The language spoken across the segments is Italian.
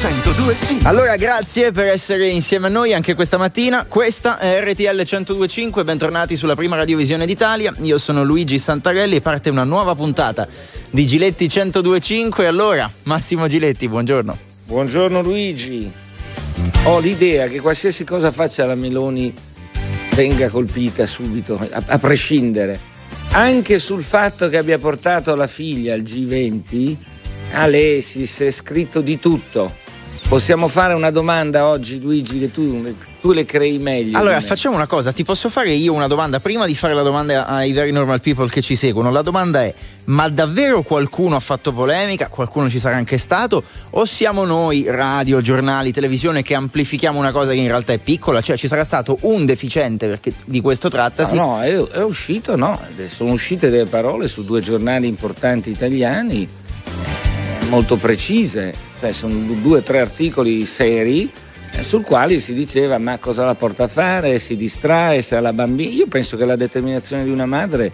102.5. Allora, grazie per essere insieme a noi anche questa mattina. Questa è RTL 102.5, bentornati sulla prima radiovisione d'Italia. Io sono Luigi Santarelli e parte una nuova puntata di Giletti 102.5. Allora, Massimo Giletti, buongiorno. Buongiorno Luigi. Ho l'idea che qualsiasi cosa faccia la Meloni venga colpita subito, a prescindere. Anche sul fatto che abbia portato la figlia al G20, all'ESIS, è scritto di tutto. Possiamo fare una domanda oggi, Luigi, che tu le crei meglio. Allora, facciamo una cosa, ti posso fare io una domanda prima di fare la domanda ai very normal people che ci seguono. La domanda è: ma davvero qualcuno ha fatto polemica? Qualcuno ci sarà anche stato? O siamo noi, radio, giornali, televisione, che amplifichiamo una cosa che in realtà è piccola? Cioè, ci sarà stato un deficiente, perché di questo trattasi? No, è uscito, no. Sono uscite delle parole su due giornali importanti italiani, molto precise, cioè sono 2 o 3 articoli seri sul quali si diceva: ma cosa la porta a fare, si distrae, se ha la bambina. Io penso che la determinazione di una madre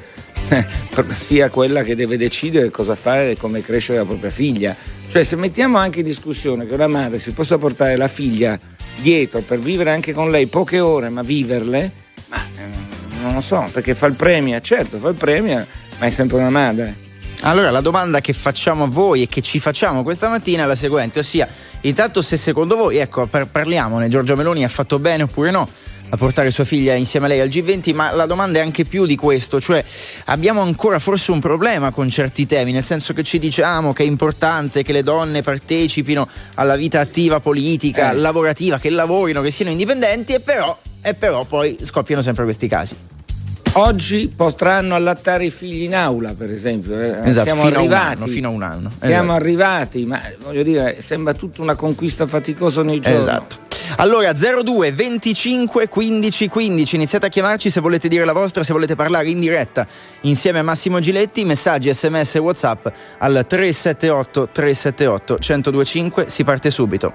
sia quella che deve decidere cosa fare e come crescere la propria figlia. Cioè, se mettiamo anche in discussione che una madre si possa portare la figlia dietro per vivere anche con lei poche ore, ma viverle, ma non lo so, perché fa il premier, certo fa il premier, ma è sempre una madre. Allora, la domanda che facciamo a voi e che ci facciamo questa mattina è la seguente, ossia, intanto, se secondo voi, ecco, parliamone, Giorgia Meloni ha fatto bene oppure no a portare sua figlia insieme a lei al G20, ma la domanda è anche più di questo, cioè abbiamo ancora forse un problema con certi temi, nel senso che ci diciamo che è importante che le donne partecipino alla vita attiva politica, lavorativa, che lavorino, che siano indipendenti, e però poi scoppiano sempre questi casi. Oggi potranno allattare i figli in aula, per esempio. Esatto, siamo arrivati fino a un anno. Siamo arrivati, ma voglio dire, sembra tutta una conquista faticosa ogni giorno. Esatto. Allora, 02 25 15 15, iniziate a chiamarci se volete dire la vostra, se volete parlare in diretta insieme a Massimo Giletti. Messaggi, SMS e WhatsApp al 378 378 1025. Si parte subito.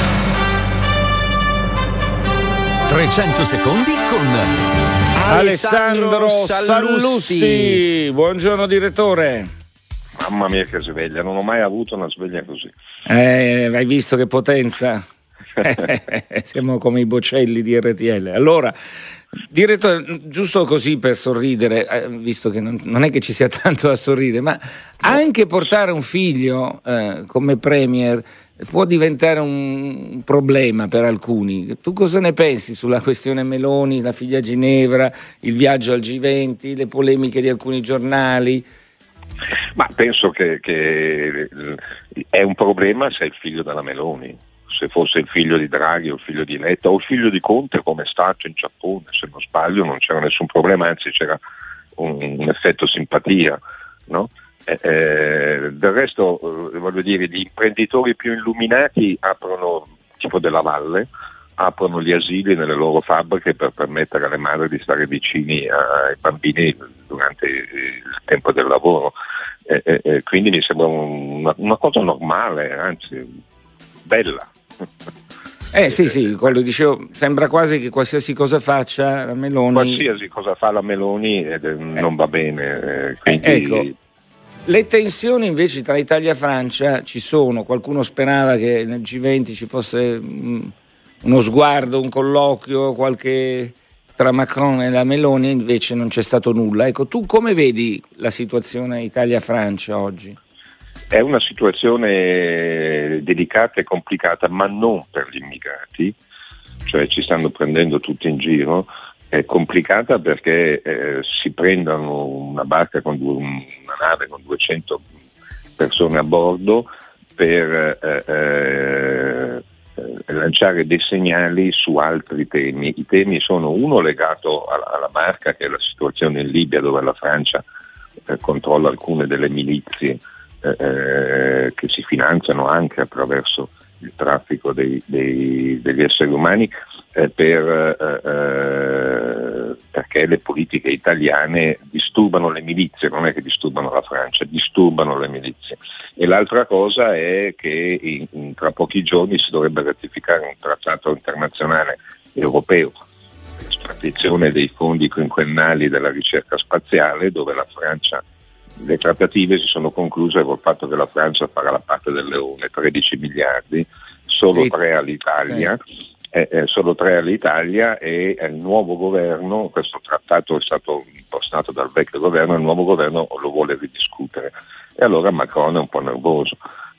300 secondi con Alessandro Sallusti. Buongiorno direttore. Mamma mia che sveglia, non ho mai avuto una sveglia così. Hai visto che potenza? Siamo come i bocelli di RTL. Allora, direttore, giusto così per sorridere, visto che non è che ci sia tanto da sorridere, ma anche portare un figlio come premier può diventare un problema per alcuni. Tu cosa ne pensi sulla questione Meloni, la figlia a Ginevra, il viaggio al G20, le polemiche di alcuni giornali? Ma penso che è un problema se è il figlio della Meloni. Se fosse il figlio di Draghi o il figlio di Letta o il figlio di Conte, come è stato in Giappone, se non sbaglio, non c'era nessun problema, anzi c'era un effetto simpatia, no? Del resto, voglio dire, gli imprenditori più illuminati aprono, tipo della Valle, aprono gli asili nelle loro fabbriche per permettere alle madri di stare vicini ai bambini durante il tempo del lavoro, quindi mi sembra una cosa normale, anzi bella. Sì, quello dicevo, sembra quasi che qualsiasi cosa faccia la Meloni. Qualsiasi cosa fa la Meloni non va bene. Quindi... Ecco, le tensioni invece tra Italia e Francia ci sono. Qualcuno sperava che nel G20 ci fosse uno sguardo, un colloquio, tra Macron e la Meloni, invece non c'è stato nulla. Ecco, tu come vedi la situazione Italia-Francia oggi? È una situazione delicata e complicata, ma non per gli immigrati, cioè ci stanno prendendo tutti in giro. È complicata perché si prendono una barca una nave con 200 persone a bordo per lanciare dei segnali su altri temi. I temi sono uno legato alla barca, che è la situazione in Libia, dove la Francia controlla alcune delle milizie che si finanziano anche attraverso il traffico degli esseri umani, perché le politiche italiane disturbano le milizie, non è che disturbano la Francia, disturbano le milizie. E l'altra cosa è che tra pochi giorni si dovrebbe ratificare un trattato internazionale europeo per l'estradizione dei fondi quinquennali della ricerca spaziale, dove la Francia, le trattative si sono concluse col fatto che la Francia farà la parte del leone, 13 miliardi solo 3 all'Italia. Solo 3 all'Italia e il nuovo governo, questo trattato è stato impostato dal vecchio governo, il nuovo governo lo vuole ridiscutere e allora Macron è un po' nervoso.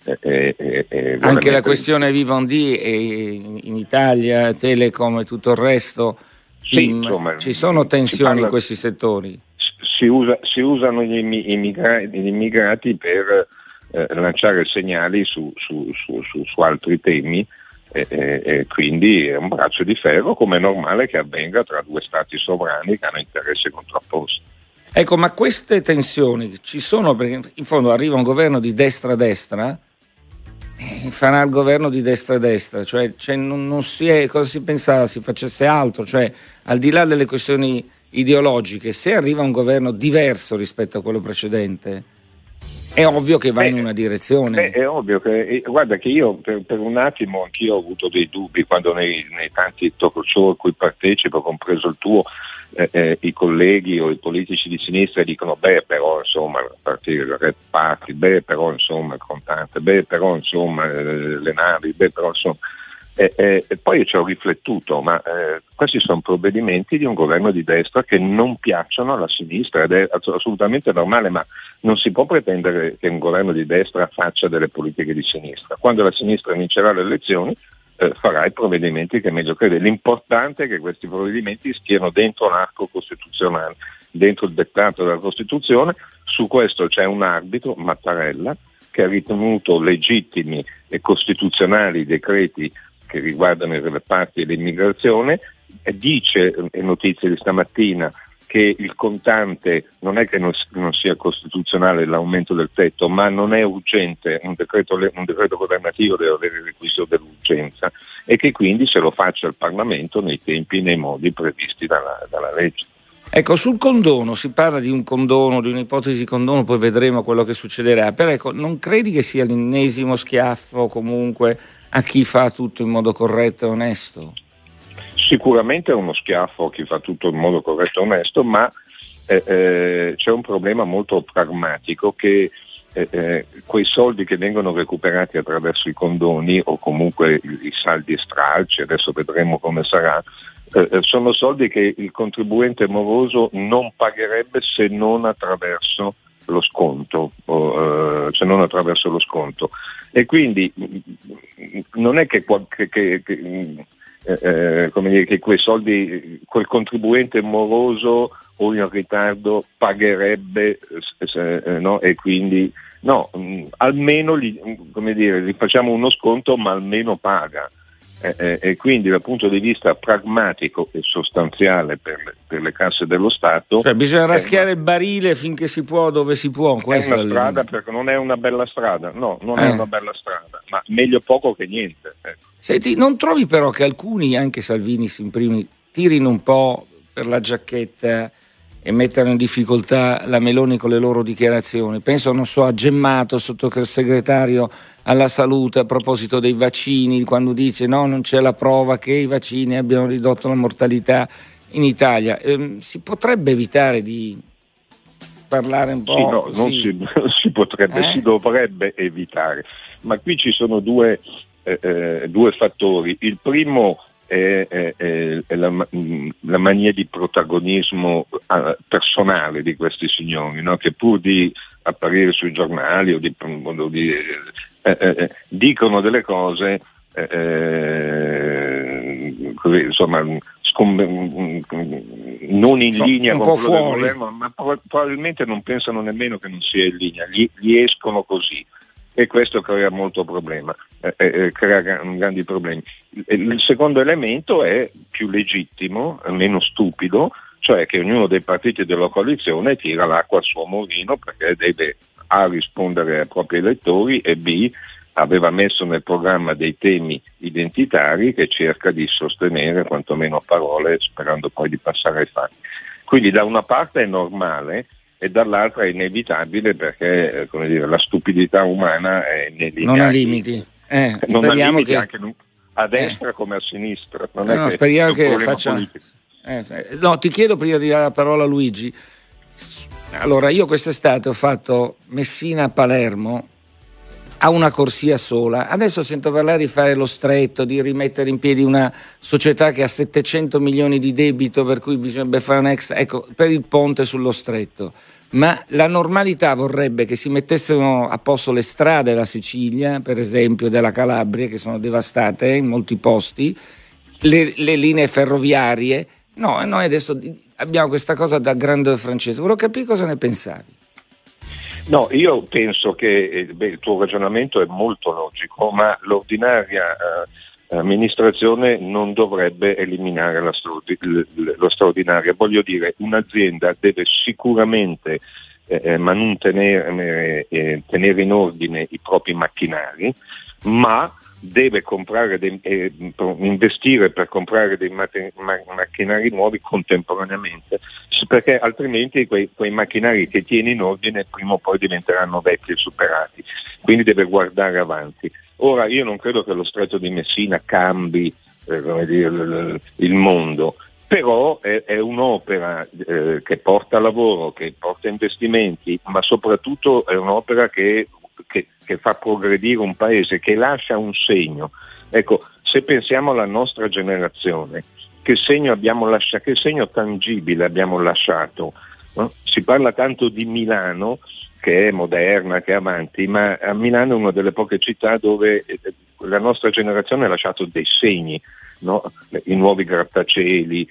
Anche la questione Vivendi in Italia, Telecom e tutto il resto, sì, insomma, ci sono tensioni in questi settori? Si usano gli immigrati per lanciare segnali su altri temi. E quindi è un braccio di ferro, come è normale che avvenga tra 2 stati sovrani che hanno interessi contrapposti. Ecco, ma queste tensioni ci sono perché in fondo arriva un governo di destra-destra e farà il governo di destra-destra, cioè non si è, cosa si pensava si facesse altro, cioè al di là delle questioni ideologiche, se arriva un governo diverso rispetto a quello precedente è ovvio che va in una direzione. È ovvio che, guarda che io per un attimo anch'io ho avuto dei dubbi quando nei tanti talk show a cui partecipo, compreso il tuo, i colleghi o i politici di sinistra dicono però insomma a partire dal Red Party, però insomma il contante, però insomma le navi, però insomma. E poi ci ho riflettuto, ma questi sono provvedimenti di un governo di destra che non piacciono alla sinistra ed è assolutamente normale, ma non si può pretendere che un governo di destra faccia delle politiche di sinistra. Quando la sinistra vincerà le elezioni farà i provvedimenti che meglio crede. L'importante è che questi provvedimenti stiano dentro l'arco costituzionale, dentro il dettato della Costituzione. Su questo c'è un arbitro, Mattarella, che ha ritenuto legittimi e costituzionali i decreti che riguardano i reparti e l'immigrazione. Dice, è notizia di stamattina, che il contante non è che non sia costituzionale l'aumento del tetto, ma non è urgente, un decreto governativo deve avere il requisito dell'urgenza e che quindi se lo faccia il Parlamento nei tempi e nei modi previsti dalla legge. Ecco, sul condono, si parla di un condono, di un'ipotesi di condono, poi vedremo quello che succederà, però ecco, non credi che sia l'ennesimo schiaffo comunque a chi fa tutto in modo corretto e onesto? Sicuramente è uno schiaffo a chi fa tutto in modo corretto e onesto, ma c'è un problema molto pragmatico che quei soldi che vengono recuperati attraverso i condoni o comunque i saldi stralci, adesso vedremo come sarà, sono soldi che il contribuente moroso non pagherebbe se non attraverso lo sconto, e quindi non è che quei soldi, quel contribuente moroso o in ritardo pagherebbe, no? E quindi no, almeno gli facciamo uno sconto, ma almeno paga. E quindi dal punto di vista pragmatico e sostanziale per le casse dello Stato, cioè bisogna raschiare il barile finché si può, dove si può. È una strada, perché non è una bella strada, no, non è una bella strada, ma meglio poco che niente. Senti, non trovi però che alcuni, anche Salvini in primi, tirino un po' per la giacchetta e mettano in difficoltà la Meloni con le loro dichiarazioni? Penso, non so, a Gemmato, sottosegretario alla salute, a proposito dei vaccini, quando dice no, non c'è la prova che i vaccini abbiano ridotto la mortalità in Italia. Si potrebbe evitare di parlare un po'? Sì, no, non si potrebbe, si dovrebbe evitare, ma qui ci sono due fattori. Il primo è la mania di protagonismo personale di questi signori, no? Che pur di apparire sui giornali o dicono delle cose così, insomma, non in linea con quello del governo, ma probabilmente non pensano nemmeno che non sia in linea, gli escono così. E questo crea molto problema, crea grandi problemi. Il secondo elemento è più legittimo, meno stupido, cioè che ognuno dei partiti della coalizione tira l'acqua al suo mulino perché deve A rispondere ai propri elettori e B aveva messo nel programma dei temi identitari che cerca di sostenere quantomeno a parole, sperando poi di passare ai fatti. Quindi da una parte è normale e dall'altra è inevitabile perché la stupidità umana non ha limiti. Non ha limiti che anche a destra come a sinistra. Speriamo che faccia. No, ti chiedo prima di dare la parola a Luigi. Allora, io quest'estate ho fatto Messina-Palermo ha una corsia sola. Adesso sento parlare di fare lo stretto, di rimettere in piedi una società che ha 700 milioni di debito, per cui bisognerebbe fare un extra, ecco, per il ponte sullo stretto. Ma la normalità vorrebbe che si mettessero a posto le strade della Sicilia, per esempio della Calabria, che sono devastate in molti posti, le linee ferroviarie. No, noi adesso abbiamo questa cosa da grande francese. Volevo capire cosa ne pensavi. No, io penso che il tuo ragionamento è molto logico, ma l'ordinaria amministrazione non dovrebbe eliminare lo straordinario. Voglio dire, un'azienda deve sicuramente tenere in ordine i propri macchinari, ma deve comprare investire per comprare dei macchinari nuovi contemporaneamente, perché altrimenti quei macchinari che tieni in ordine prima o poi diventeranno vecchi e superati, quindi deve guardare avanti. Ora, io non credo che lo Stretto di Messina cambi il mondo, però è un'opera che porta lavoro, che porta investimenti, ma soprattutto è un'opera che fa progredire un paese, che lascia un segno. Ecco, se pensiamo alla nostra generazione, che segno abbiamo lasciato, che segno tangibile abbiamo lasciato, no? Si parla tanto di Milano, che è moderna, che è avanti, ma a Milano è una delle poche città dove la nostra generazione ha lasciato dei segni, no? I nuovi grattacieli,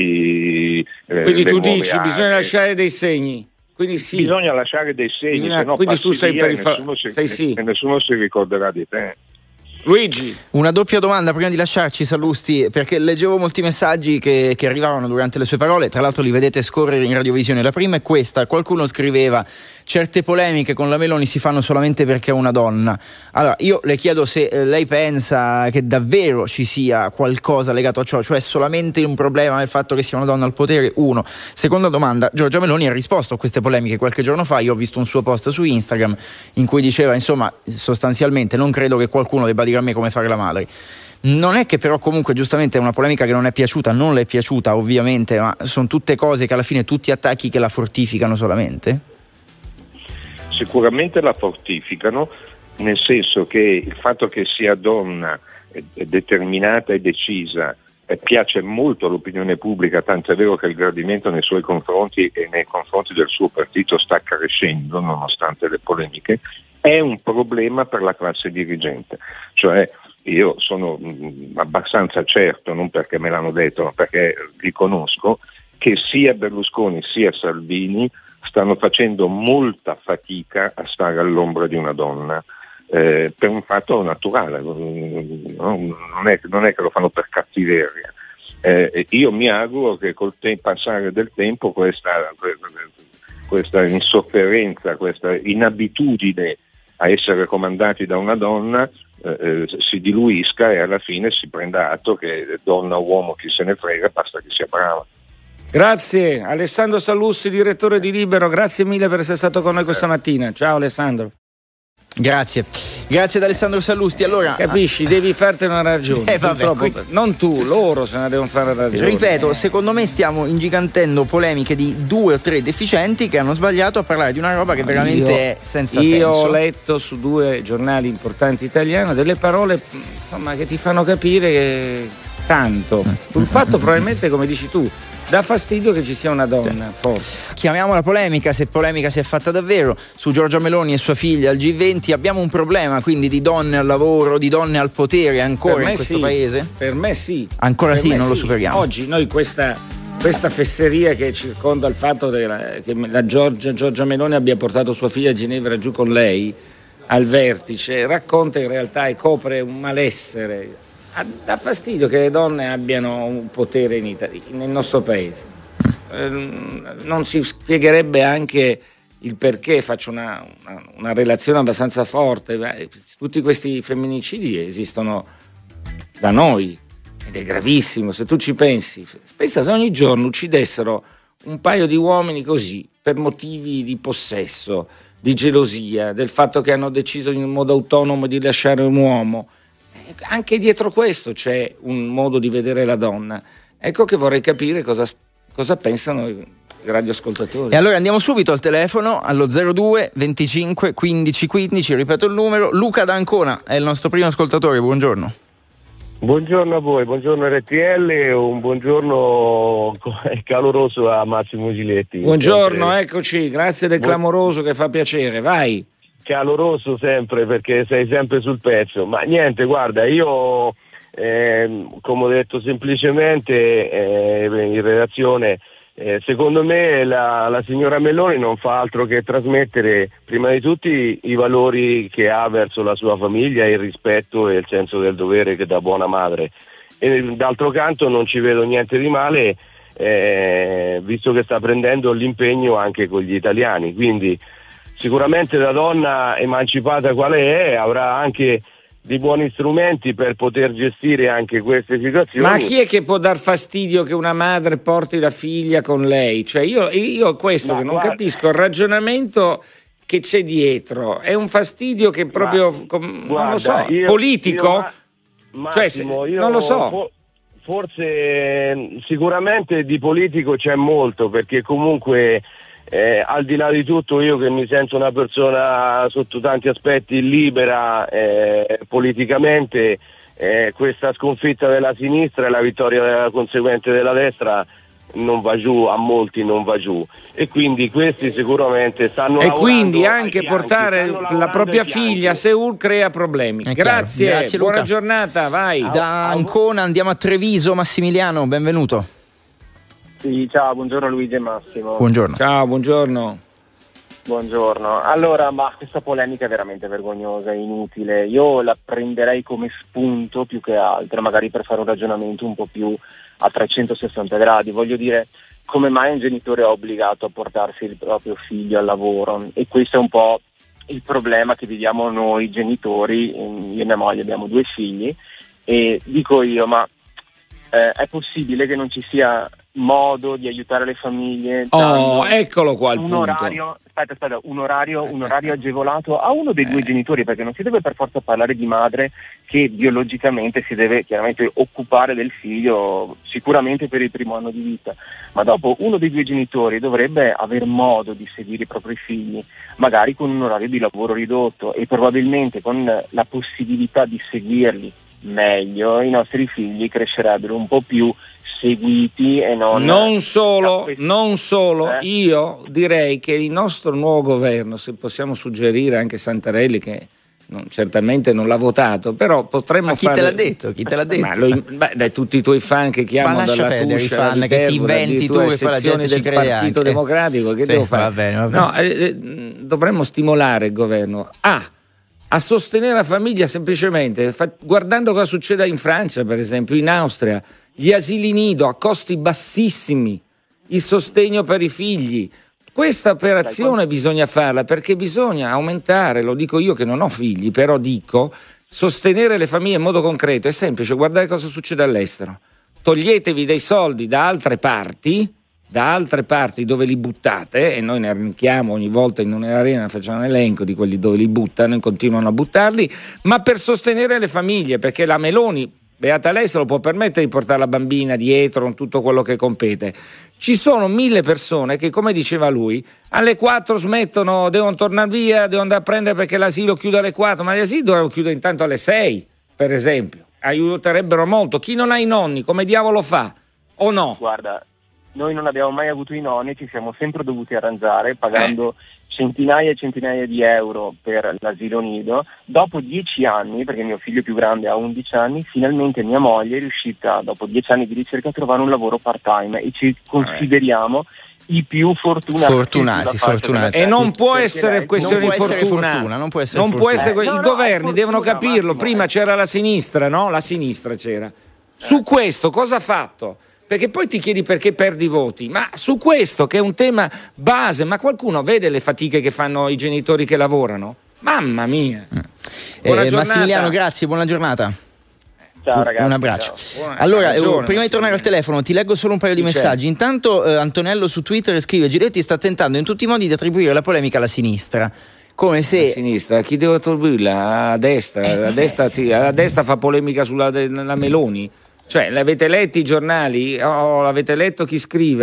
quindi tu dici aree. Bisogna lasciare dei segni. Quindi sì. Bisogna lasciare dei segni, se no quindi tu sei via, per nessuno si ricorderà di te. Luigi, una doppia domanda prima di lasciarci, Sallusti, perché leggevo molti messaggi che arrivavano durante le sue parole, tra l'altro li vedete scorrere in radiovisione. La prima è questa: qualcuno scriveva: certe polemiche con la Meloni si fanno solamente perché è una donna. Allora io le chiedo se lei pensa che davvero ci sia qualcosa legato a ciò, cioè solamente un problema del fatto che sia una donna al potere. Uno. Seconda domanda: Giorgia Meloni ha risposto a queste polemiche qualche giorno fa. Io ho visto un suo post su Instagram in cui diceva, insomma, sostanzialmente: non credo che qualcuno debba dire a me come fare la madre. Non è che però comunque giustamente è una polemica che non le è piaciuta ovviamente, ma sono tutte cose che alla fine, tutti attacchi che la fortificano solamente? Sicuramente la fortificano, nel senso che il fatto che sia donna, determinata e decisa, piace molto all'opinione pubblica, tanto è vero che il gradimento nei suoi confronti e nei confronti del suo partito sta crescendo nonostante le polemiche. È un problema per la classe dirigente, cioè io sono abbastanza certo, non perché me l'hanno detto, ma perché li conosco, che sia Berlusconi sia Salvini stanno facendo molta fatica a stare all'ombra di una donna, per un fatto naturale, non è che lo fanno per cattiveria. Io mi auguro che col passare del tempo questa insofferenza, questa inabitudine a essere comandati da una donna si diluisca e alla fine si prenda atto che donna o uomo chi se ne frega, basta che sia brava. Grazie Alessandro Sallusti, direttore di Libero, grazie mille per essere stato con noi questa mattina. Ciao Alessandro. Grazie ad Alessandro Sallusti. Allora, capisci, devi fartene una ragione. Non tu, loro se ne devono fare ragione. Ripeto, secondo me stiamo ingigantendo polemiche di 2 o 3 deficienti che hanno sbagliato a parlare di una roba che veramente è senza senso. Io ho letto su 2 giornali importanti italiani delle parole, insomma, che ti fanno capire che tanto sul fatto, probabilmente, come dici tu, dà fastidio che ci sia una donna, forse. Chiamiamola polemica, se polemica si è fatta davvero. Su Giorgia Meloni e sua figlia al G20 abbiamo un problema quindi di donne al lavoro, di donne al potere ancora in questo paese? Per me sì. Ancora sì, non lo superiamo. Oggi noi questa fesseria che circonda il fatto che la Giorgia Meloni abbia portato sua figlia a Ginevra giù con lei al vertice, racconta in realtà e copre un malessere. Dà fastidio che le donne abbiano un potere nel nostro paese. Non si spiegherebbe anche il perché. Faccio una relazione abbastanza forte. Tutti questi femminicidi esistono da noi ed è gravissimo. Se tu ci pensi, pensa se ogni giorno uccidessero un paio di uomini così per motivi di possesso, di gelosia, del fatto che hanno deciso in modo autonomo di lasciare un uomo. Anche dietro questo c'è un modo di vedere la donna. Ecco che vorrei capire cosa pensano radioascoltatori. E allora andiamo subito al telefono allo 02 25 15 15, ripeto il numero. Luca da Ancona è il nostro primo ascoltatore, buongiorno. Buongiorno a voi, buongiorno RTL e un buongiorno caloroso a Massimo Giletti. Buongiorno, sempre. eccoci, grazie del clamoroso che fa piacere, vai. Caloroso sempre perché sei sempre sul pezzo, ma niente, guarda, io come ho detto semplicemente in redazione, secondo me la signora Meloni non fa altro che trasmettere prima di tutti i valori che ha verso la sua famiglia, il rispetto e il senso del dovere che da buona madre, e d'altro canto non ci vedo niente di male visto che sta prendendo l'impegno anche con gli italiani, quindi sicuramente da donna emancipata quale è avrà anche di buoni strumenti per poter gestire anche queste situazioni. Ma chi è che può dar fastidio che una madre porti la figlia con lei? Cioè io questo che non capisco, il ragionamento che c'è dietro è un fastidio che proprio non lo so, politico? Massimo, non lo so. Forse sicuramente di politico c'è molto, perché comunque al di là di tutto io che mi sento una persona sotto tanti aspetti libera politicamente, questa sconfitta della sinistra e la vittoria conseguente della destra non va giù, a molti non va giù, e quindi questi sicuramente stanno lavorando. E quindi anche portare la propria figlia a Seul crea problemi. Grazie buona Luca. Giornata, vai. Da Ancona andiamo a Treviso, Massimiliano, benvenuto. Sì, ciao, buongiorno Luigi e Massimo. Buongiorno. Ciao, buongiorno. Buongiorno. Allora, questa polemica è veramente vergognosa, inutile. Io la prenderei come spunto più che altro, magari per fare un ragionamento un po' più a 360 gradi. Voglio dire, come mai un genitore è obbligato a portarsi il proprio figlio al lavoro? E questo è un po' il problema che viviamo noi genitori. Io e mia moglie abbiamo 2 figli e dico io, ma è possibile che non ci sia modo di aiutare le famiglie? Eccolo qua il un punto. Orario, aspetta, un orario agevolato a uno dei 2 genitori, perché non si deve per forza parlare di madre che biologicamente si deve chiaramente occupare del figlio, sicuramente per il primo anno di vita, ma dopo uno dei 2 genitori dovrebbe aver modo di seguire i propri figli, magari con un orario di lavoro ridotto, e probabilmente con la possibilità di seguirli meglio i nostri figli crescerebbero un po' più seguiti e non solo. Io direi che il nostro nuovo governo, se possiamo suggerire anche Santarelli, che certamente non l'ha votato, però potremmo chi te l'ha detto? Dai, tutti i tuoi fan che chiamano dalla Tuscia, i fan che ti inventi tu e poi la gente ci crede del Partito Democratico, che devo fare? Va bene. Dovremmo stimolare il governo a sostenere la famiglia semplicemente guardando cosa succede in Francia, per esempio, in Austria, gli asili nido a costi bassissimi, il sostegno per i figli. Questa operazione bisogna farla, perché bisogna aumentare, lo dico io che non ho figli, però dico, sostenere le famiglie in modo concreto è semplice, guardate cosa succede all'estero. Toglietevi dei soldi da altre parti dove li buttate, e noi ne arrinchiamo ogni volta in un'arena, facciamo un elenco di quelli dove li buttano e continuano a buttarli, ma per sostenere le famiglie, perché la Meloni, beata lei, se lo può permettere di portare la bambina dietro con tutto quello che compete. Ci sono 1000 persone che, come diceva lui, alle 4 smettono, devono tornare via, devono andare a prendere perché l'asilo chiude alle 4, ma l'asilo dovrebbero chiudere intanto alle 6, per esempio. Aiuterebbero molto. Chi non ha i nonni, come diavolo fa? O no? Guarda, noi non abbiamo mai avuto i nonni, ci siamo sempre dovuti arrangiare pagando centinaia e centinaia di euro per l'asilo nido. Dopo 10 anni, perché mio figlio più grande ha 11 anni, finalmente mia moglie è riuscita, dopo 10 anni di ricerca, a trovare un lavoro part-time, e ci consideriamo i più fortunati. E non può essere questione di fortuna. Non può essere i governi devono capirlo. Prima c'era la sinistra, no? La sinistra c'era. Su questo cosa ha fatto? Perché poi ti chiedi perché perdi voti, ma su questo che è un tema base, ma qualcuno vede le fatiche che fanno i genitori che lavorano? Mamma mia! Massimiliano, grazie, buona giornata. Ciao ragazzi. Un abbraccio. Allora, prima di tornare al telefono ti leggo solo un paio di messaggi. Intanto Antonello su Twitter scrive: Giletti sta tentando in tutti i modi di attribuire la polemica alla sinistra. Come se... La sinistra, chi deve attribuirla? A destra. La destra fa polemica sulla Meloni. Cioè, l'avete letto i giornali? L'avete letto chi scrive?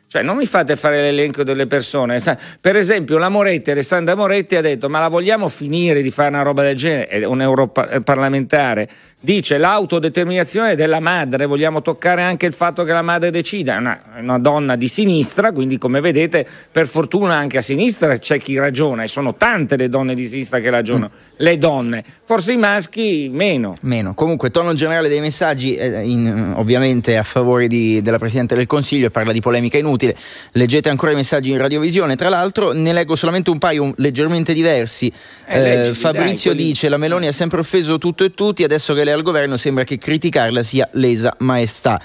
Cioè, non mi fate fare l'elenco delle persone. Per esempio, Alessandra Moretti ha detto: ma la vogliamo finire di fare una roba del genere? È un europarlamentare. Dice: l'autodeterminazione della madre, vogliamo toccare anche il fatto che la madre decida. È una donna di sinistra, quindi come vedete, per fortuna anche a sinistra c'è chi ragiona, e sono tante le donne di sinistra che ragionano. Le donne, forse i maschi meno. Comunque, tono generale dei messaggi, ovviamente a favore della Presidente del Consiglio, e parla di polemica inutile. Leggete ancora i messaggi in radiovisione. Tra l'altro ne leggo solamente un paio leggermente diversi. Fabrizio dice: la Meloni ha sempre offeso tutto e tutti, adesso che lei è al governo sembra che criticarla sia lesa maestà.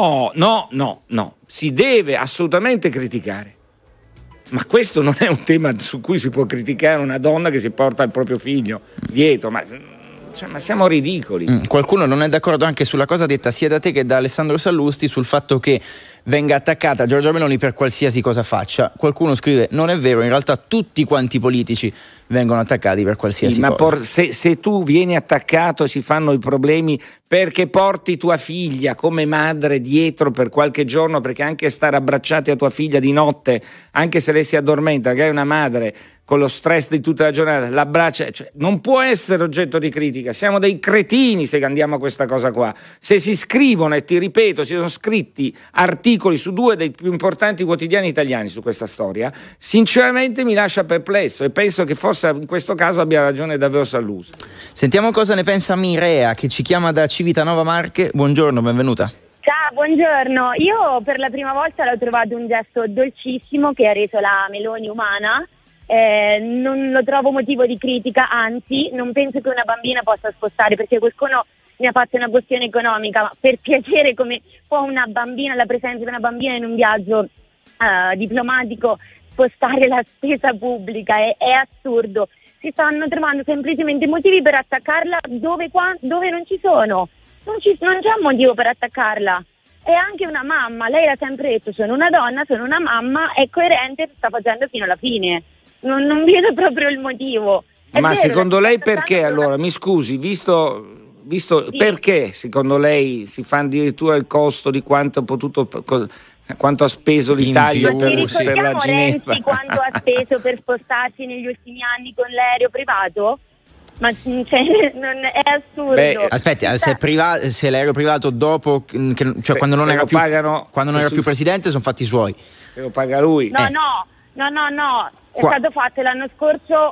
No, si deve assolutamente criticare, ma questo non è un tema su cui si può criticare una donna che si porta il proprio figlio dietro, ma siamo ridicoli. Qualcuno non è d'accordo anche sulla cosa detta sia da te che da Alessandro Sallusti, sul fatto che venga attaccata Giorgia Meloni per qualsiasi cosa faccia. Qualcuno scrive: non è vero, in realtà tutti quanti i politici vengono attaccati per qualsiasi cosa. Ma se tu vieni attaccato e si fanno i problemi perché porti tua figlia come madre dietro per qualche giorno, perché anche stare abbracciati a tua figlia di notte, anche se lei si addormenta, che è una madre con lo stress di tutta la giornata, l'abbraccia, non può essere oggetto di critica. Siamo dei cretini se andiamo a questa cosa qua. Se si scrivono, e ti ripeto, si sono scritti articoli su 2 dei più importanti quotidiani italiani su questa storia, sinceramente mi lascia perplesso, e penso che forse in questo caso abbia ragione davvero Sallusti. Sentiamo cosa ne pensa Mirea, che ci chiama da Civitanova Marche. Buongiorno, benvenuta. Ciao, buongiorno. Io per la prima volta l'ho trovato un gesto dolcissimo che ha reso la Meloni umana. Non lo trovo motivo di critica, anzi non penso che una bambina possa spostare, perché qualcuno ne ha fatto una questione economica, ma per piacere, come può una bambina, la presenza di una bambina in un viaggio diplomatico spostare la spesa pubblica? È assurdo. Si stanno trovando semplicemente motivi per attaccarla dove non ci sono. Non c'è un motivo per attaccarla. È anche una mamma, lei ha sempre detto: sono una donna, sono una mamma, è coerente, lo sta facendo fino alla fine. Non vedo proprio il motivo. Ma secondo lei perché allora? Mi scusi, visto sì. Perché secondo lei si fa addirittura il costo di quanto ha speso l'Italia per la Ginevra? Renzi quanto ha speso per spostarsi negli ultimi anni con l'aereo privato? Ma non è assurdo. Aspetti, se l'aereo privato dopo, quando non era più presidente, sono fatti suoi. Se lo paga lui. No. È stato fatto l'anno scorso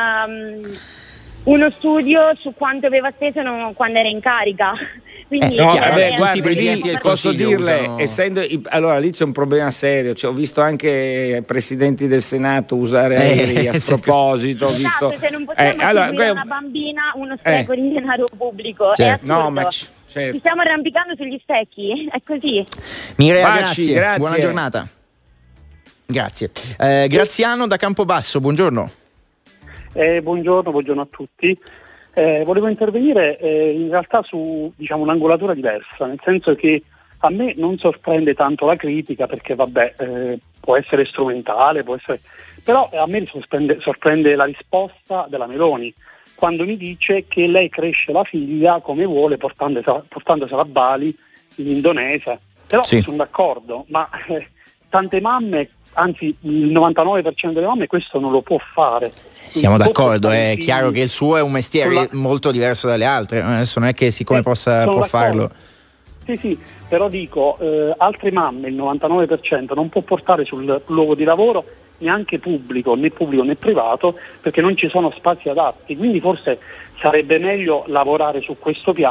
uno studio su quanto aveva speso quando era in carica. Quindi tutti i presidenti del posso dirle, usano... allora lì c'è un problema serio. Ho visto anche presidenti del Senato usare aerei a sproposito. Se non possiamo una bambina uno spreco di denaro pubblico, certo. È assurdo. Certo. Ci stiamo arrampicando sugli specchi, è così. Mirea, grazie. Buona giornata. Grazie. Graziano da Campobasso, buongiorno. Buongiorno a tutti. Volevo intervenire in realtà su un'angolatura diversa, nel senso che a me non sorprende tanto la critica, perché può essere strumentale, però a me sorprende la risposta della Meloni, quando mi dice che lei cresce la figlia come vuole, portandosela a Bali, in Indonesia. Però sono d'accordo, ma tante mamme, anzi il 99% delle mamme questo non lo può fare. Siamo d'accordo, è chiaro che il suo è un mestiere molto diverso dalle altre, adesso non è che siccome può farlo. Sì, però dico, altre mamme, il 99% non può portare sul luogo di lavoro neanche pubblico né privato, perché non ci sono spazi adatti, quindi forse sarebbe meglio lavorare su questo piano.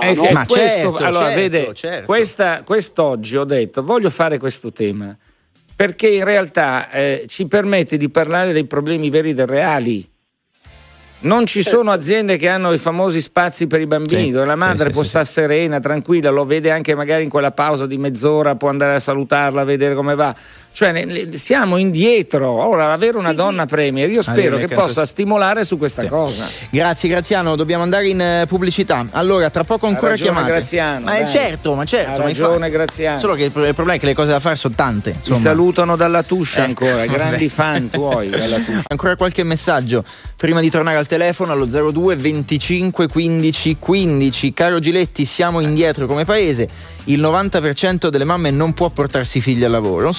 Quest'oggi ho detto voglio fare questo tema perché in realtà ci permette di parlare dei problemi veri e reali. Non ci sono aziende che hanno i famosi spazi per i bambini, dove la madre può stare serena, tranquilla, lo vede anche magari in quella pausa di mezz'ora, può andare a salutarla, a vedere come va. Cioè siamo indietro. Ora avere una donna premier, io spero che possa stimolare su questa cosa. Grazie Graziano, dobbiamo andare in pubblicità. Allora tra poco ancora chiamate. Graziano, ma certo. Ha ragione Graziano. Solo che il problema è che le cose da fare sono tante. Ti salutano dalla Tuscia ancora, grandi fan tuoi dalla Tuscia. Ancora qualche messaggio prima di tornare al telefono allo 02 25 15 15. Caro Giletti, siamo indietro come paese. Il 90% delle mamme non può portarsi figli al lavoro. Siccome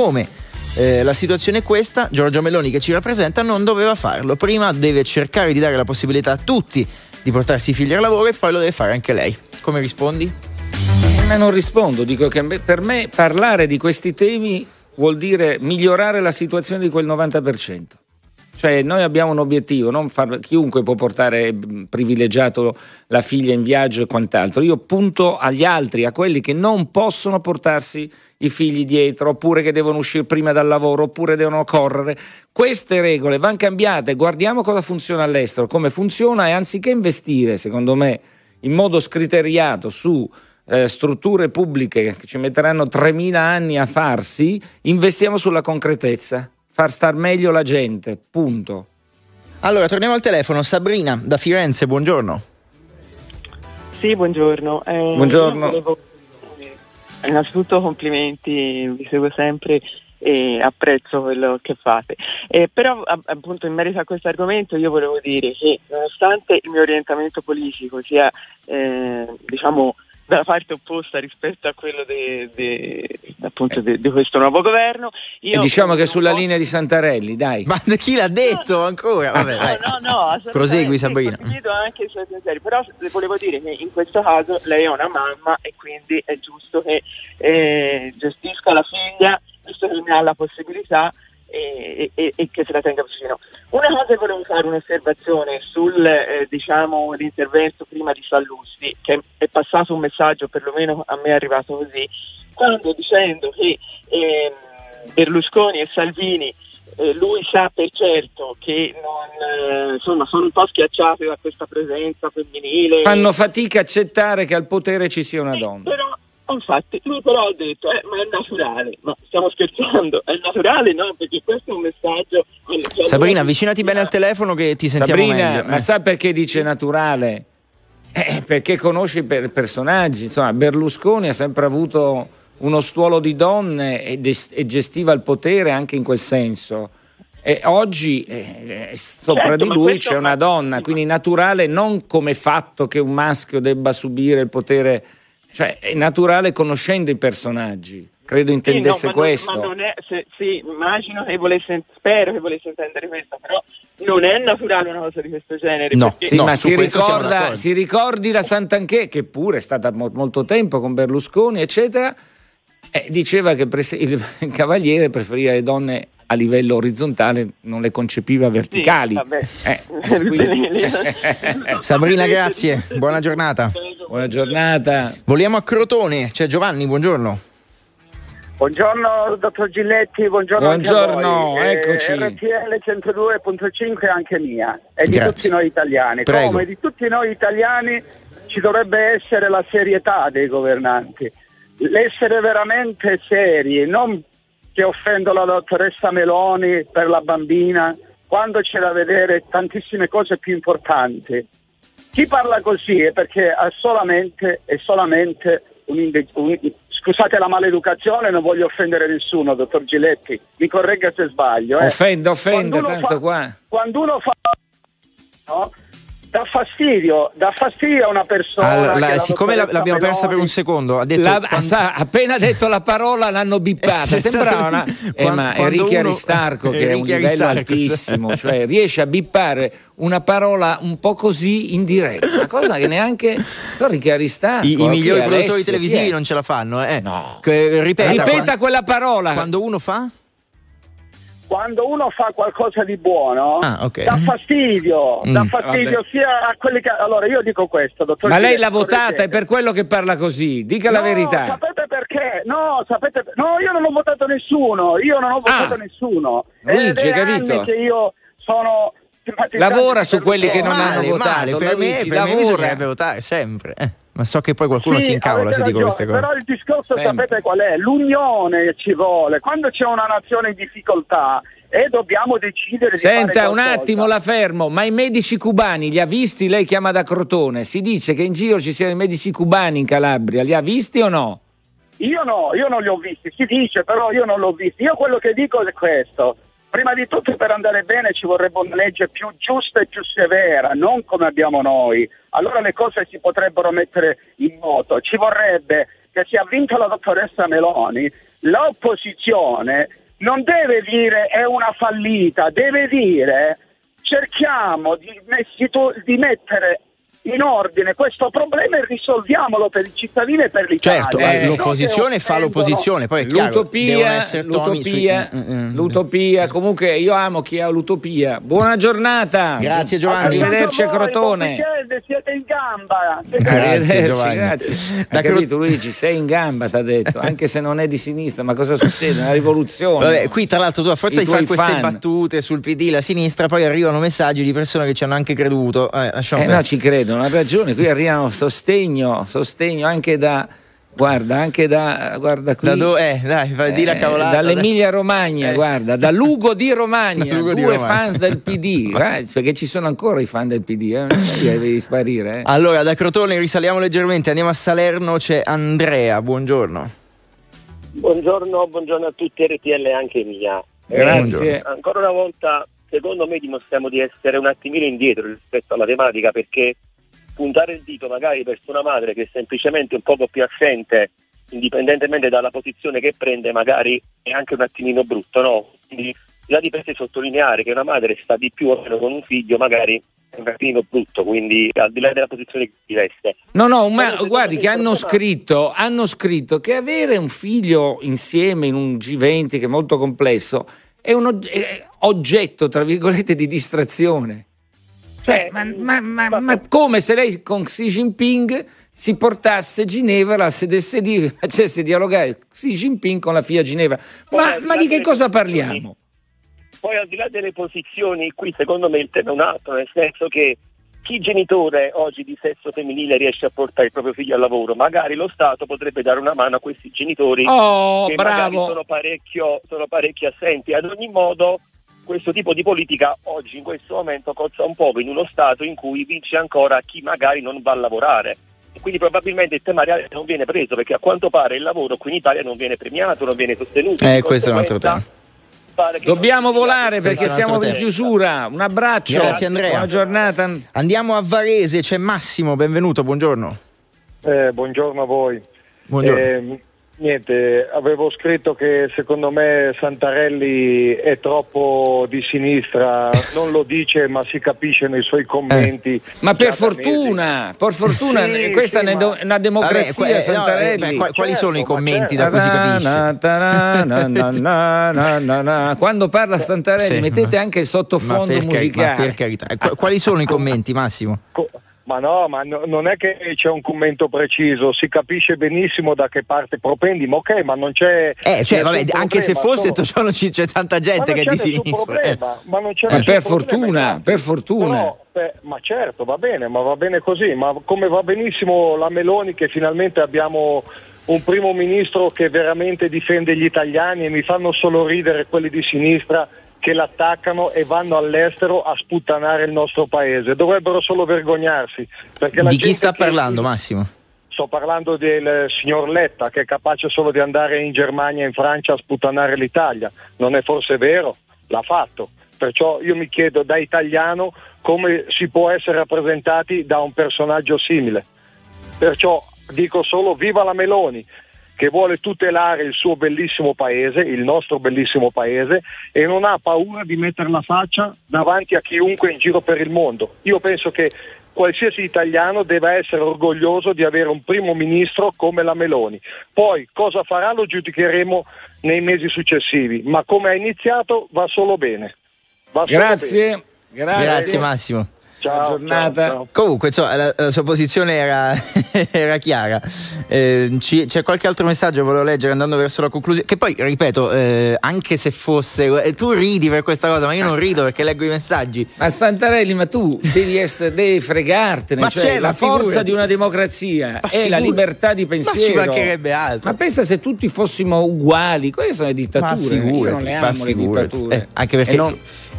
siccome la situazione è questa, Giorgia Meloni, che ci rappresenta, non doveva farlo. Prima deve cercare di dare la possibilità a tutti di portarsi i figli al lavoro e poi lo deve fare anche lei. Come rispondi? Ma non rispondo, dico che per me parlare di questi temi vuol dire migliorare la situazione di quel 90%. Cioè noi abbiamo un obiettivo, chiunque può portare privilegiato la figlia in viaggio e quant'altro. Io punto agli altri, a quelli che non possono portarsi i figli dietro, oppure che devono uscire prima dal lavoro, oppure devono correre. Queste regole vanno cambiate, guardiamo cosa funziona all'estero, come funziona, e anziché investire, secondo me, in modo scriteriato su strutture pubbliche che ci metteranno 3.000 anni a farsi, investiamo sulla concretezza, far star meglio la gente, punto. Allora, torniamo al telefono. Sabrina da Firenze, buongiorno. Sì, buongiorno. Buongiorno. Innanzitutto complimenti, vi seguo sempre e apprezzo quello che fate. Però appunto in merito a questo argomento io volevo dire che nonostante il mio orientamento politico sia diciamo dalla parte opposta rispetto a quello di questo nuovo governo, io diciamo che sulla linea di Santarelli, dai. Ma chi l'ha detto ancora? Vabbè, no, prosegui, Sabrina. Condivido anche i suoi pensieri, però volevo dire che in questo caso lei è una mamma e quindi è giusto che gestisca la figlia, visto che ne ha la possibilità, e che se la tenga vicino. Una cosa, volevo fare un'osservazione sul diciamo l'intervento prima di Sallusti, che è passato un messaggio, perlomeno a me è arrivato così, quando dicendo che Berlusconi e Salvini lui sa per certo che non, insomma, sono un po' schiacciati da questa presenza femminile, fanno fatica a accettare che al potere ci sia una donna. Però infatti lui però ha detto ma è naturale, ma stiamo scherzando, è naturale? No, perché questo è un messaggio. Sabrina, avvicinati bene al telefono che ti sentiamo meglio. Ma sa perché dice naturale? Perché conosce i personaggi. Insomma, Berlusconi ha sempre avuto uno stuolo di donne e gestiva il potere anche in quel senso. E oggi sopra di lui c'è una donna, quindi naturale non come fatto che un maschio debba subire il potere. Cioè è naturale conoscendo i personaggi, credo intendesse questo. Ma non è, sì, immagino che spero che volesse intendere questo, però non è naturale una cosa di questo genere. No, sì, no, ma si ricordi la Santanchè, che pure è stata molto tempo con Berlusconi, eccetera, diceva che il Cavaliere preferiva le donne a livello orizzontale, non le concepiva verticali. Sabrina, grazie, buona giornata. Buona giornata. Voliamo a Crotone, c'è Giovanni, buongiorno. Buongiorno dottor Giletti, buongiorno anche a voi. Eccoci. RTL 102.5 è anche mia, e di Grazie. tutti noi italiani. Prego. Come di tutti noi italiani ci dovrebbe essere la serietà dei governanti, l'essere veramente seri, non che offendo la dottoressa Meloni per la bambina, quando c'è da vedere tantissime cose più importanti. Chi parla così è perché ha solamente scusate la maleducazione, non voglio offendere nessuno, dottor Giletti, mi corregga se sbaglio. Offenda, tanto qua. Quando uno fa... No? Dà fastidio a una persona. Siccome l'abbiamo persa per un secondo, ha detto appena detto la parola l'hanno bippata. Sembrava una. Ma Enrico Aristarco, che è un livello altissimo, cioè riesce a bippare una parola un po' così in diretta, una cosa che neanche Enrico Aristarco. I migliori produttori televisivi non ce la fanno. No. Ripeta quella parola. Quando uno fa qualcosa di buono, dà fastidio sia a quelli che... Allora io dico questo, dottor. Ma lei l'ha votata, è per quello che parla così, dica la verità. Sapete perché? No, io non ho votato nessuno, Luigi, hai capito? Che io sono lavora su quelli che non hanno votato. Per me bisognerebbe votare sempre. Ma so che poi qualcuno si incavola se dico queste cose. Però il discorso sapete qual è? L'unione ci vuole. Quando c'è una nazione in difficoltà e dobbiamo decidere di fare qualcosa. Un attimo, la fermo. Ma i medici cubani li ha visti? Lei chiama da Crotone. Si dice che in giro ci siano i medici cubani in Calabria. Li ha visti o no? Io non li ho visti. Si dice, però io non l'ho visti. Io quello che dico è questo. Prima di tutto, per andare bene ci vorrebbe una legge più giusta e più severa, non come abbiamo noi. Allora le cose si potrebbero mettere in moto. Ci vorrebbe che, se ha vinto la dottoressa Meloni, l'opposizione non deve dire è una fallita, deve dire cerchiamo di mettere in ordine questo problema e risolviamolo per i cittadini e per l'Italia. Certo, l'opposizione fa l'opposizione, poi è chiaro, l'utopia, comunque io amo chi ha l'utopia. Buona giornata. Grazie Giovanni. Arrivederci a Crotone. Siete in gamba. Grazie Giovanni. Grazie. Hai capito Luigi, sei in gamba, t'ha detto, anche se non è di sinistra, ma cosa succede? Una rivoluzione. Vabbè, qui tra l'altro tu a forza di fare queste battute sul PD, la sinistra, poi arrivano messaggi di persone che ci hanno anche creduto. No, ci credo. Non ha ragione, qui arrivano sostegno anche da guarda qui dai, di la cavolata, dall'Emilia Romagna, guarda, da Lugo di Romagna, due fans del PD, perché ci sono ancora i fan del PD, non devi sparire. Allora da Crotone risaliamo leggermente, andiamo a Salerno, c'è Andrea, buongiorno. Buongiorno a tutti, RTL anche mia. Grazie. Ancora una volta secondo me dimostriamo di essere un attimino indietro rispetto alla tematica, perché puntare il dito magari verso una madre che è semplicemente un poco più assente, indipendentemente dalla posizione che prende, magari è anche un attimino brutto, no? Quindi già di per sé sottolineare che una madre sta di più o meno con un figlio magari è un attimino brutto, quindi al di là della posizione che si veste. Ma guardi che hanno scritto che avere un figlio insieme in un G20 che è molto complesso è un oggetto, tra virgolette, di distrazione. Cioè, ma come se lei con Xi Jinping si portasse Ginevra, la facesse dialogare Xi Jinping con la figlia Ginevra. Ma di che cosa parliamo? Poi al di là delle posizioni, qui secondo me il tema è un altro, nel senso che chi genitore oggi di sesso femminile riesce a portare il proprio figlio al lavoro, magari lo Stato potrebbe dare una mano a questi genitori che magari sono parecchio assenti. Ad ogni modo questo tipo di politica oggi in questo momento cozza un po' in uno Stato in cui vince ancora chi magari non va a lavorare, e quindi probabilmente il tema reale non viene preso, perché a quanto pare il lavoro qui in Italia non viene premiato, non viene sostenuto. Questo è un altro tema. Dobbiamo volare perché siamo in chiusura. Un abbraccio. Grazie Andrea. Buona giornata. Andiamo a Varese, c'è Massimo, benvenuto, buongiorno. Buongiorno a voi. Buongiorno. Niente, avevo scritto che secondo me Santarelli è troppo di sinistra, non lo dice ma si capisce nei suoi commenti. Ma per fortuna, questa è una democrazia. Santarelli. Quali sono i commenti da cui si capisce? Quando parla Santarelli mettete anche il sottofondo musicale. Ma per carità. Quali sono i commenti, Massimo? Ma non è che c'è un commento preciso, si capisce benissimo da che parte propendi, ma ok, ma non c'è anche se fosse c'è tanta gente che è di sinistra. Ma non c'è per fortuna. No, ma certo, va bene così, ma come va benissimo la Meloni, che finalmente abbiamo un primo ministro che veramente difende gli italiani, e mi fanno solo ridere quelli di sinistra che l'attaccano e vanno all'estero a sputtanare il nostro paese. Dovrebbero solo vergognarsi. Perché di chi sta parlando, Massimo? Sto parlando del signor Letta, che è capace solo di andare in Germania e in Francia a sputtanare l'Italia. Non è forse vero? L'ha fatto. Perciò io mi chiedo da italiano come si può essere rappresentati da un personaggio simile. Perciò dico solo viva la Meloni, che vuole tutelare il suo bellissimo paese, il nostro bellissimo paese, e non ha paura di mettere la faccia davanti a chiunque in giro per il mondo. Io penso che qualsiasi italiano deve essere orgoglioso di avere un primo ministro come la Meloni. Poi cosa farà lo giudicheremo nei mesi successivi, ma come ha iniziato va solo bene. Grazie Massimo. Ciao, giornata. Ciao. Comunque la sua posizione era chiara. C'è qualche altro messaggio che volevo leggere andando verso la conclusione, che poi ripeto, anche se fosse, tu ridi per questa cosa, ma io non rido perché leggo i messaggi. Ma Santarelli, ma tu devi fregartene, la forza di una democrazia è la libertà di pensiero. Ma ci mancherebbe altro. Ma pensa se tutti fossimo uguali, quelle sono le dittature. Io non le amo le dittature. Anche perché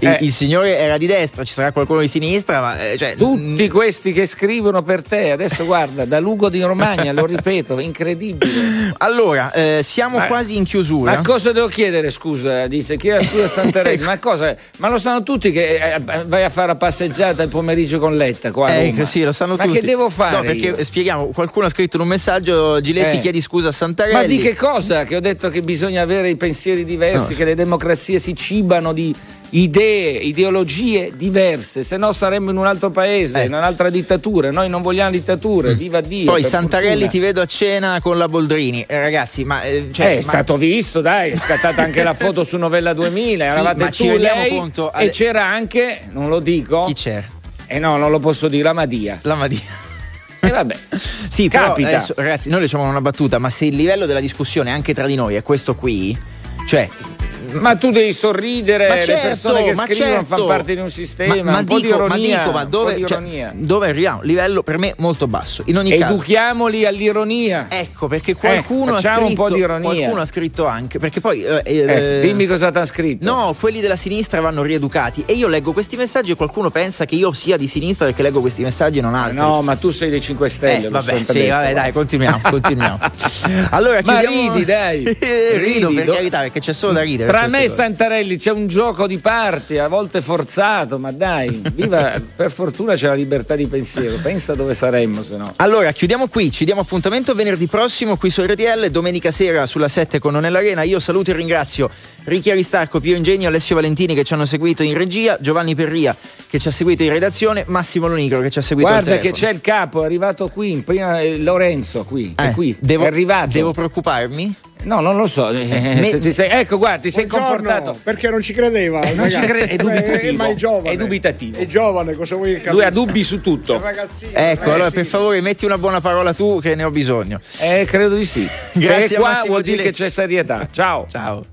il signore era di destra, ci sarà qualcuno di sinistra, ma cioè, tutti questi che scrivono per te, adesso guarda, da Lugo di Romagna, lo ripeto, incredibile. Allora, siamo quasi in chiusura. Ma cosa devo chiedere, scusa? Dice, chieda scusa a Santarelli, ma cosa? Ma lo sanno tutti che vai a fare la passeggiata il pomeriggio con Letta qua a Roma. Sì, lo sanno tutti. Ma che devo fare? No, perché spieghiamo, qualcuno ha scritto in un messaggio, Giletti chiedi scusa a Santarelli. Ma di che cosa? Che ho detto che bisogna avere i pensieri diversi, che le democrazie si cibano di idee, ideologie diverse, se no saremmo in un altro paese, in un'altra dittatura. Noi non vogliamo dittature, viva Dio. Poi Santarelli fortuna. Ti vedo a cena con la Boldrini, ragazzi, ma stato visto, dai, è scattata anche la foto su Novella 2000, eravate tu, lei conto, e c'era anche, non lo dico. Chi c'era? No, non lo posso dire, la Madia. E vabbè. Sì, però adesso, ragazzi, noi le diciamo una battuta, ma se il livello della discussione anche tra di noi è questo qui, cioè ma tu devi sorridere, le persone che scrivono fanno parte di un sistema, un po' di ironia. Ma dove arriviamo? Livello per me molto basso. In ogni caso, educhiamoli all'ironia. Ecco, perché qualcuno ha scritto un po' di ironia. Qualcuno ha scritto anche, perché poi dimmi cosa ti ha scritto. No, quelli della sinistra vanno rieducati e io leggo questi messaggi e qualcuno pensa che io sia di sinistra perché leggo questi messaggi e non altri. No, ma tu sei dei 5 Stelle. Vabbè, dai, continuiamo. Allora, ma ridi, dai. Rido per carità, perché c'è solo da ridere. Tra me e Santarelli c'è un gioco di parti, a volte forzato, ma dai, viva, per fortuna c'è la libertà di pensiero, pensa dove saremmo se no. Allora, chiudiamo qui, ci diamo appuntamento venerdì prossimo qui su RTL, domenica sera sulla 7 con Non è l'Arena. Io saluto e ringrazio Ricchi Aristarco, Pio Ingegno, Alessio Valentini che ci hanno seguito in regia, Giovanni Perria che ci ha seguito in redazione, Massimo Lonigro che ci ha seguito al telefono. Guarda che c'è il capo, è arrivato qui, prima Lorenzo qui, è qui, è arrivato. Devo preoccuparmi? No, non lo so. Ecco, guarda, ti sei comportato. Perché non ci credeva. Non ci è dubitativo. Ma è giovane. È dubitativo. È giovane, cosa vuoi che Lui ha dubbi su tutto. Ecco, allora per favore metti una buona parola tu che ne ho bisogno. Credo di sì. Grazie. Qua vuol dire che c'è serietà. Ciao. Ciao.